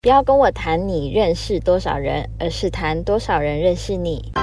不要跟我谈你认识多少人，而是谈多少人认识你。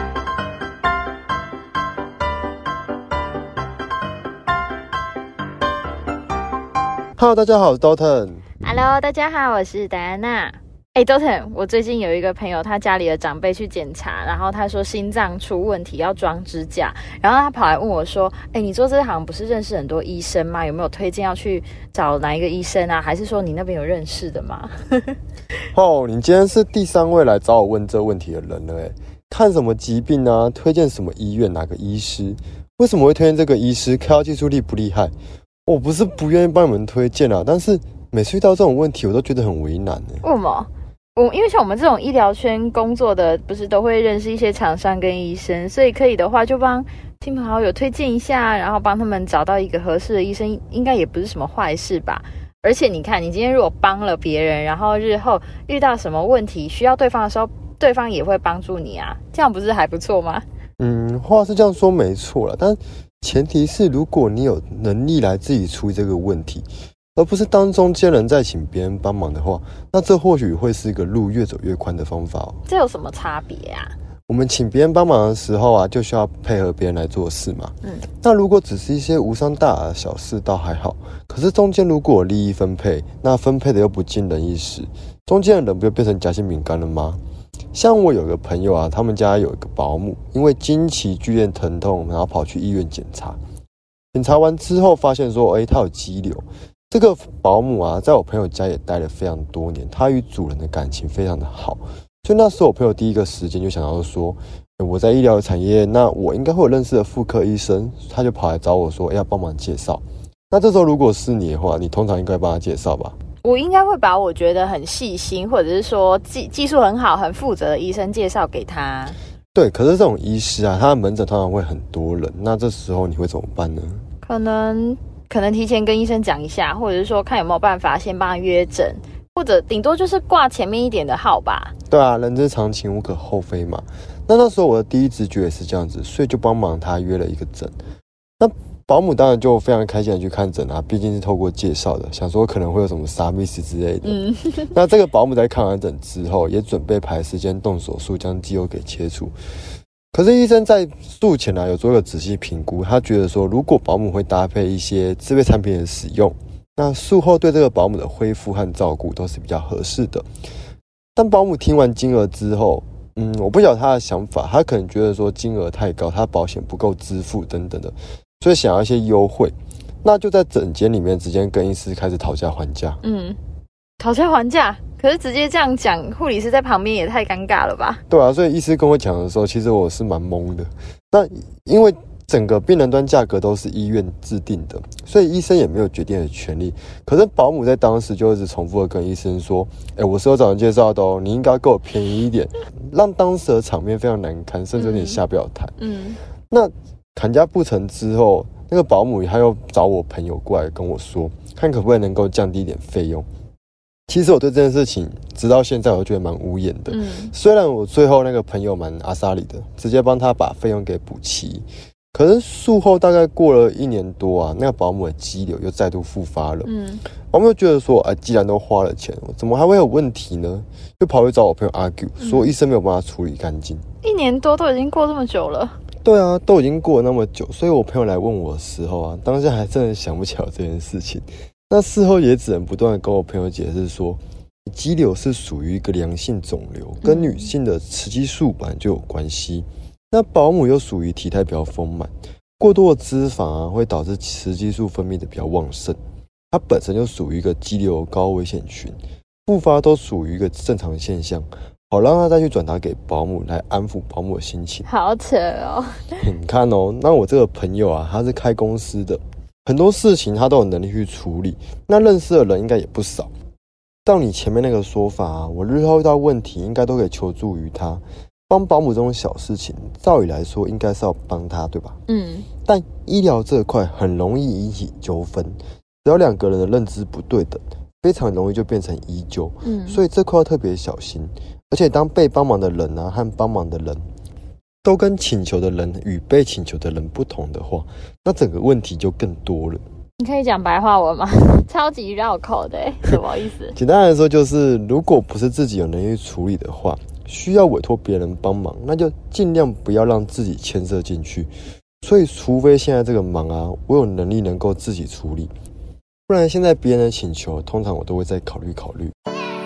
Hello， 大家好，我是 Dalton。 Hello， 大家好，我是戴安娜。Dalton， 我最近有一个朋友，他家里的长辈去检查，然后他说心脏出问题要装支架，然后他跑来问我说，你做这行不是认识很多医生吗？有没有推荐要去找哪一个医生啊？还是说你那边有认识的吗？ 你今天是第3位来找我问这问题的人了看什么疾病啊？推荐什么医院？哪个医师？为什么会推荐这个医师？开药技术厉不厉害？我不是不愿意帮你们推荐啊，但是每次遇到这种问题，我都觉得很为难为什么？因为像我们这种医疗圈工作的，不是都会认识一些厂商跟医生，所以可以的话就帮亲朋好友推荐一下，然后帮他们找到一个合适的医生，应该也不是什么坏事吧。而且你看，你今天如果帮了别人，然后日后遇到什么问题需要对方的时候，对方也会帮助你啊，这样不是还不错吗？ 话是这样说没错啦，但前提是如果你有能力来自己处理这个问题，而不是当中间人在请别人帮忙的话，那这或许会是一个路越走越宽的方法这有什么差别啊？ 我们请别人帮忙的时候啊，就需要配合别人来做事嘛。那如果只是一些无伤大雅的小事倒还好，可是中间如果有利益分配，那分配的又不尽人意时，中间的人不就变成夹心饼干了吗？像我有个朋友啊，他们家有一个保姆，因为经期剧烈疼痛，然后跑去医院检查，检查完之后发现说，他有肌瘤。这个保姆啊，在我朋友家也待了非常多年，她与主人的感情非常的好，所以那时候我朋友第一个时间就想到说，我在医疗产业，那我应该会有认识的妇科医生，他就跑来找我说，要帮忙介绍。那这时候如果是你的话，你通常应该帮他介绍吧？ 我应该会把我觉得很细心，或者是说技术很好、很负责的医生介绍给他。 对，可是这种医师啊，他的门诊通常会很多人，那这时候你会怎么办呢？ 可能提前跟医生讲一下，或者是说看有没有办法先帮他约诊，或者顶多就是挂前面一点的号吧。 对啊，人之常情，无可厚非嘛。那时候我的第一直觉也是这样子，所以就帮忙他约了一个诊。那保姆当然就非常开心的去看诊啊，毕竟是透过介绍的，想说可能会有什么啥密斯之类的。那这个保姆在看完诊之后，也准备排时间动手术，将肌肉给切除。可是医生在术前有做一个仔细评估，他觉得说，如果保姆会搭配一些自备产品的使用，那术后对这个保姆的恢复和照顾都是比较合适的。但保姆听完金额之后，我不晓得他的想法，他可能觉得说金额太高，他保险不够支付等等的，所以想要一些优惠。那就在诊间里面直接跟医师开始讨价还价。 讨价还价，可是直接这样讲，护理师在旁边也太尴尬了吧？ 对啊，所以医师跟我讲的时候，其实我是蛮懵的。那因为整个病人端价格都是医院制定的，所以医生也没有决定的权利。可是保姆在当时就一直重复的跟医生说，我是有找人介绍的哦，你应该给我便宜一点，让当时的场面非常难堪，甚至有点下不了台。那砍价不成之后，那个保姆他又找我朋友过来跟我说，看可不可以能够降低一点费用。其实我对这件事情直到现在我觉得蛮无言的。虽然我最后那个朋友蛮阿莎里的，直接帮他把费用给补齐，可是术后大概过了1年多啊，那个保姆的肌瘤又再度复发了。保姆又觉得说，既然都花了钱，怎么还会有问题呢？就跑去找我朋友 argue，说医生没有办法处理干净。 1年多都已经过这么久了。 对啊，都已经过了那么久，所以我朋友来问我的时候啊，当下还真的想不起来这件事情。那事后也只能不断的跟我朋友解释说，肌瘤是属于一个良性肿瘤，跟女性的雌激素本来就有关系。那保姆又属于体态比较丰满，过多的脂肪啊会导致雌激素分泌的比较旺盛，它本身就属于一个肌瘤高危险群，复发都属于一个正常现象。好让他再去转达给保姆来安抚保姆的心情。 好扯哦。 你看哦，那我这个朋友啊，他是开公司的，很多事情他都有能力去处理，那认识的人应该也不少。照你前面那个说法啊，我日后遇到问题应该都可以求助于他。帮保姆这种小事情，照理来说应该是要帮他，对吧？但医疗这块很容易引起纠纷，只要2个人的认知不对等，非常容易就变成医纠。所以这块要特别小心。而且当被帮忙的人啊和帮忙的人都跟请求的人与被请求的人不同的话，那整个问题就更多了。 你可以讲白话文吗？超级绕口的，什么意思？ 简单来说就是，如果不是自己有能力处理的话，需要委托别人帮忙，那就尽量不要让自己牵涉进去。所以，除非现在这个忙啊，我有能力能够自己处理，不然现在别人的请求，通常我都会再考虑考虑。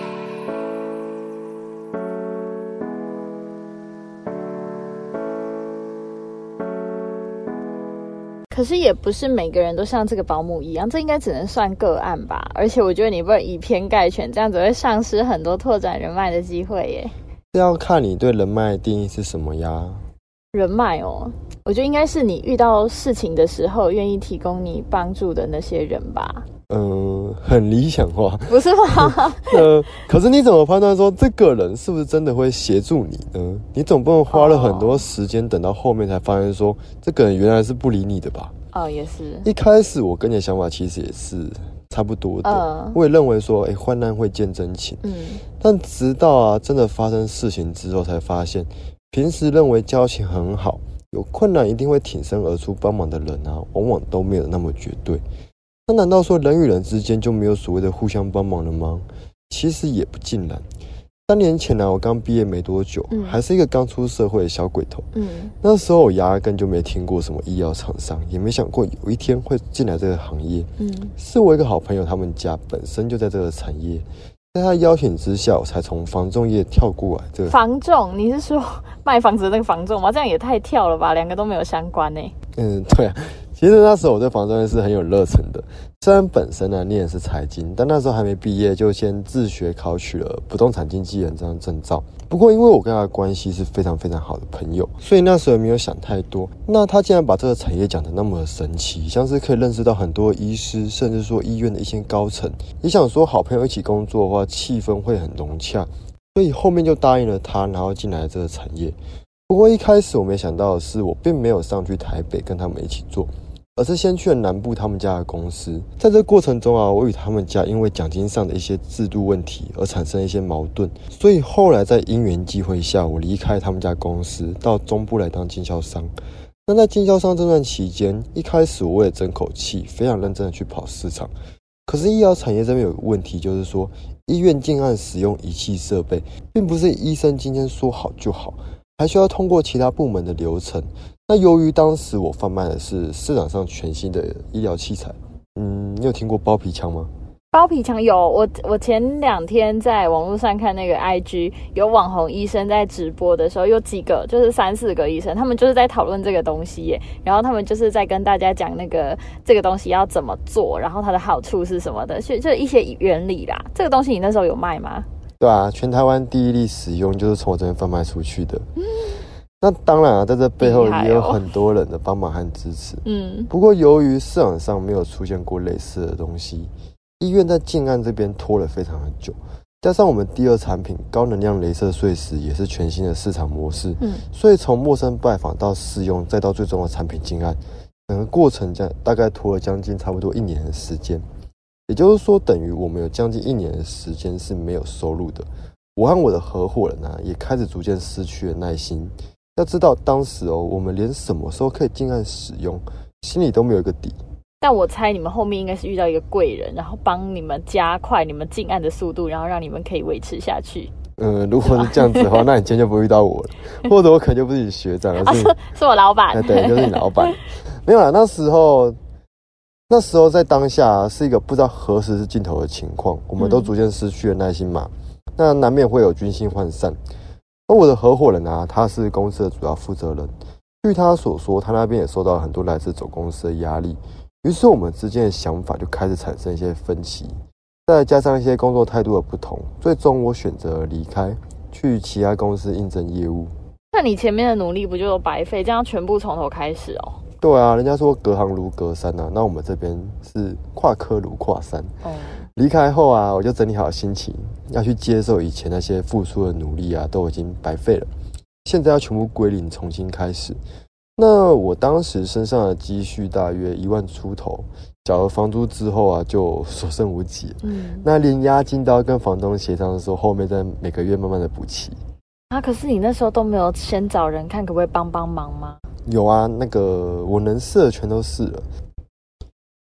可是也不是每个人都像这个保姆一样，这应该只能算个案吧。而且我觉得你不能以偏概全，这样子会丧失很多拓展人脉的机会耶。 这要看你对人脉的定义是什么呀？ 人脉哦，我觉得应该是你遇到事情的时候愿意提供你帮助的那些人吧。 很理想化， 不是吗？ 可是你怎么判断说这个人是不是真的会协助你呢？你总不能花了很多时间，等到后面才发现说这个人原来是不理你的吧？ 也是。 一开始我跟你的想法其实也是差不多的，我也认为说，患难会见真情。但直到真的发生事情之后，才发现平时认为交情很好，有困难一定会挺身而出帮忙的人往往都没有那么绝对。那难道说人与人之间就没有所谓的互相帮忙了吗？其实也不尽然。3年前我刚毕业没多久，还是一个刚出社会的小鬼头。那时候我压根就没听过什么医药厂商，也没想过有一天会进来这个行业。是我一个好朋友，他们家本身就在这个产业，在他邀请之下，我才从房仲业跳过来。这个房仲，你是说卖房子的那个房仲吗？这样也太跳了吧，两个都没有相关呢。 对啊。其实那时候我对房仲业是很有热忱的，虽然本身念的是财经，但那时候还没毕业就先自学考取了不动产经纪人这张证照。不过因为我跟他的关系是非常非常好的朋友，所以那时候也没有想太多。那他竟然把这个产业讲得那么神奇，像是可以认识到很多医师，甚至说医院的一些高层。你想说好朋友一起工作的话，气氛会很融洽，所以后面就答应了他，然后进来这个产业。不过一开始我没想到的是，我并没有上去台北跟他们一起做，而是先去了南部他们家的公司。在这个过程中我与他们家因为奖金上的一些制度问题而产生一些矛盾，所以后来在因缘际会下，我离开他们家公司，到中部来当经销商。那在经销商这段期间，一开始我也争口气，非常认真的去跑市场。可是医疗产业这边有个问题，就是说医院进案使用仪器设备，并不是医生今天说好就好，还需要通过其他部门的流程。那由于当时我贩卖的是市场上全新的医疗器材，你有听过包皮枪吗？ 包皮枪有，我前2天在网络上看那个 IG 有网红医生在直播的时候，有几个就是3-4个医生，他们就是在讨论这个东西耶，然后他们就是在跟大家讲这个东西要怎么做，然后它的好处是什么的，就一些原理啦。这个东西你那时候有卖吗？ 对啊，全台湾第一例使用就是从我这边贩卖出去的。那当然在这背后也有很多人的帮忙和支持。不过由于市场上没有出现过类似的东西，医院在进案这边拖了非常的久，加上我们第2产品高能量雷射碎石也是全新的市场模式，所以从陌生拜访到试用，再到最终的产品进案，整个过程大概拖了将近差不多1年的时间。也就是说，等于我们有将近1年的时间是没有收入的。我和我的合伙人也开始逐渐失去了耐心。要知道当时我们连什么时候可以进案使用，心里都没有一个底。 但我猜你们后面应该是遇到一个贵人，然后帮你们加快你们进案的速度，然后让你们可以维持下去。 如果是这样子的话，那你今天就不会遇到我了，或者我可能就不是你学长，而是是我老板。 对，就是你老板。没有啦，那时候在当下是一个不知道何时是尽头的情况，我们都逐渐失去了耐心嘛，那难免会有军心涣散。而我的合伙人他是公司的主要负责人，据他所说，他那边也受到了很多来自总公司的压力，于是我们之间的想法就开始产生一些分歧，再加上一些工作态度的不同，最终我选择离开，去其他公司应征业务。 那你前面的努力不就都白费？这样全部从头开始哦？ 对啊，人家说隔行如隔山那我们这边是跨科如跨山。离开后我就整理好心情，要去接受以前那些付出的努力都已经白费了，现在要全部归零，重新开始。那我当时身上的积蓄大约1万出头，缴了房租之后就所剩无几。那连押金都要跟房东协商的时候，后面再每个月慢慢的补齐。 可是你那时候都没有先找人看可不可以帮忙吗？ 有那个我能试的全都试了。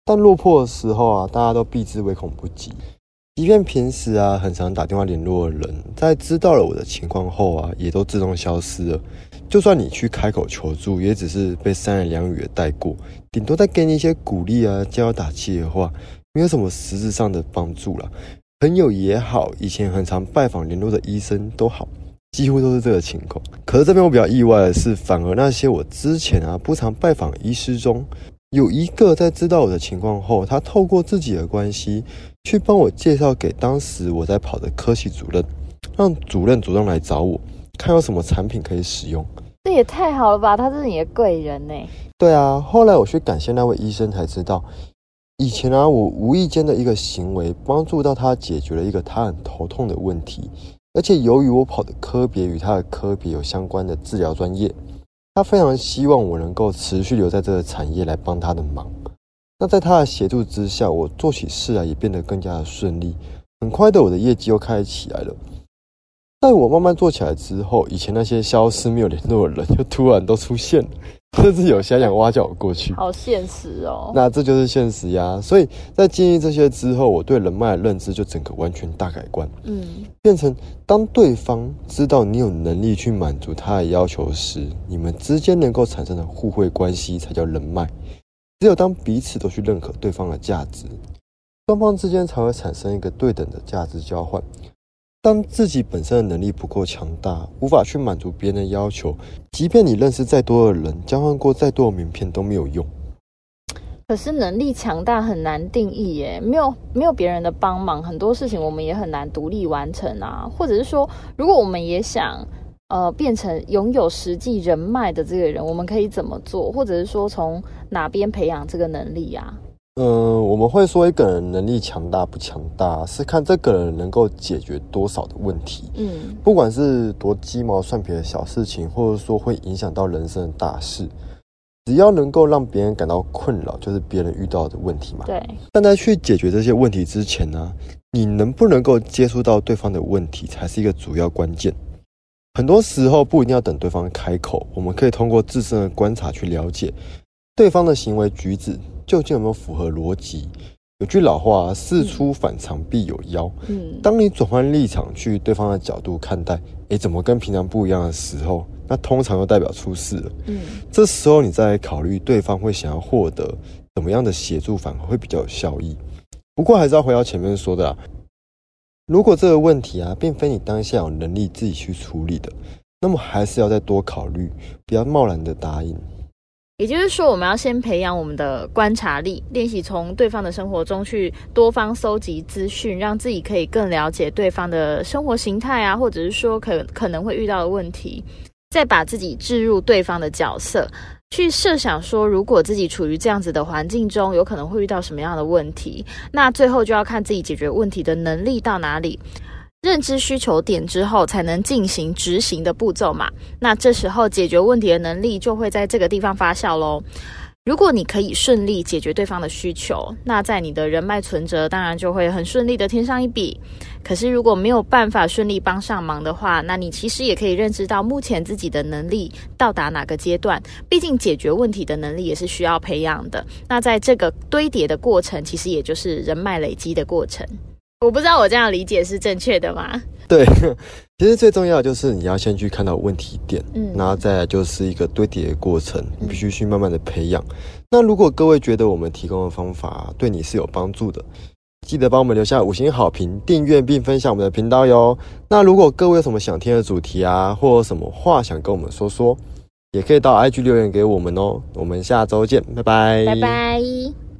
但落魄的时候啊，大家都避之唯恐不及。即便平时啊很常打电话联络的人，在知道了我的情况后啊，也都自动消失了。就算你去开口求助，也只是被三言两语的带过，顶多再给你一些鼓励啊、加油打气的话，没有什么实质上的帮助啦。朋友也好，以前很常拜访联络的医生都好，几乎都是这个情况。可是这边我比较意外的是，反而那些我之前啊不常拜访的医师中，有一个在知道我的情况后，他透过自己的关系去帮我介绍给当时我在跑的科系主任，让主任主动来找我，看有什么产品可以使用。 这也太好了吧，他是你的贵人呢。 对啊，后来我去感谢那位医生才知道，以前啊我无意间的一个行为帮助到他解决了一个他很头痛的问题，而且由于我跑的科别与他的科别有相关的治疗专业，他非常希望我能够持续留在这个产业来帮他的忙。那在他的协助之下，我做起事来也变得更加的顺利，很快的我的业绩又开始起来了。在我慢慢做起来之后，以前那些消失没有联络的人就突然都出现了，甚至有些想挖角我过去。 好现实哦。 那这就是现实呀。所以在经历这些之后，我对人脉的认知就整个完全大改观。变成当对方知道你有能力去满足他的要求时，你们之间能够产生的互惠关系才叫人脉。只有当彼此都去认可对方的价值，双方之间才会产生一个对等的价值交换。当自己本身的能力不够强大，无法去满足别人的要求，即便你认识再多的人，交换过再多的名片都没有用。 可是能力强大很难定义耶，没有别人的帮忙，很多事情我们也很难独立完成啊。或者是说，如果我们也想变成拥有实际人脉的这个人，我们可以怎么做？或者是说从哪边培养这个能力啊？ 我们会说一个人能力强大不强大，是看这个人能够解决多少的问题。不管是多鸡毛蒜皮的小事情，或者说会影响到人生的大事，只要能够让别人感到困扰，就是别人遇到的问题嘛。 对。 但在去解决这些问题之前呢，你能不能够接触到对方的问题，才是一个主要关键。很多时候不一定要等对方开口，我们可以通过自身的观察去了解对方的行为举止究竟有没有符合逻辑。有句老话，事出反常必有妖。当你转换立场去对方的角度看待，怎么跟平常不一样的时候，那通常就代表出事了。这时候你再考虑对方会想要获得怎么样的协助，反而会比较有效益。不过还是要回到前面说的如果这个问题并非你当下有能力自己去处理的，那么还是要再多考虑，不要贸然的答应。 也就是说，我们要先培养我们的观察力，练习从对方的生活中去多方搜集资讯，让自己可以更了解对方的生活形态啊，或者是说可能会遇到的问题，再把自己置入对方的角色，去设想说，如果自己处于这样子的环境中，有可能会遇到什么样的问题。那最后就要看自己解决问题的能力到哪里。认知需求点之后，才能进行执行的步骤嘛。那这时候解决问题的能力就会在这个地方发酵咯。如果你可以顺利解决对方的需求，那在你的人脉存折当然就会很顺利的添上一笔。可是如果没有办法顺利帮上忙的话，那你其实也可以认知到目前自己的能力到达哪个阶段，毕竟解决问题的能力也是需要培养的。那在这个堆叠的过程，其实也就是人脉累积的过程。我不知道我这样理解是正确的吗？ 对，其实最重要的就是你要先去看到问题点，然后再来就是一个堆叠的过程，你必须去慢慢的培养。那如果各位觉得我们提供的方法对你是有帮助的，记得帮我们留下5星好评、订阅并分享我们的频道哟。那如果各位有什么想听的主题或者什么话想跟我们说说，也可以到 IG 留言给我们哦。我们下周见，拜拜， 拜拜。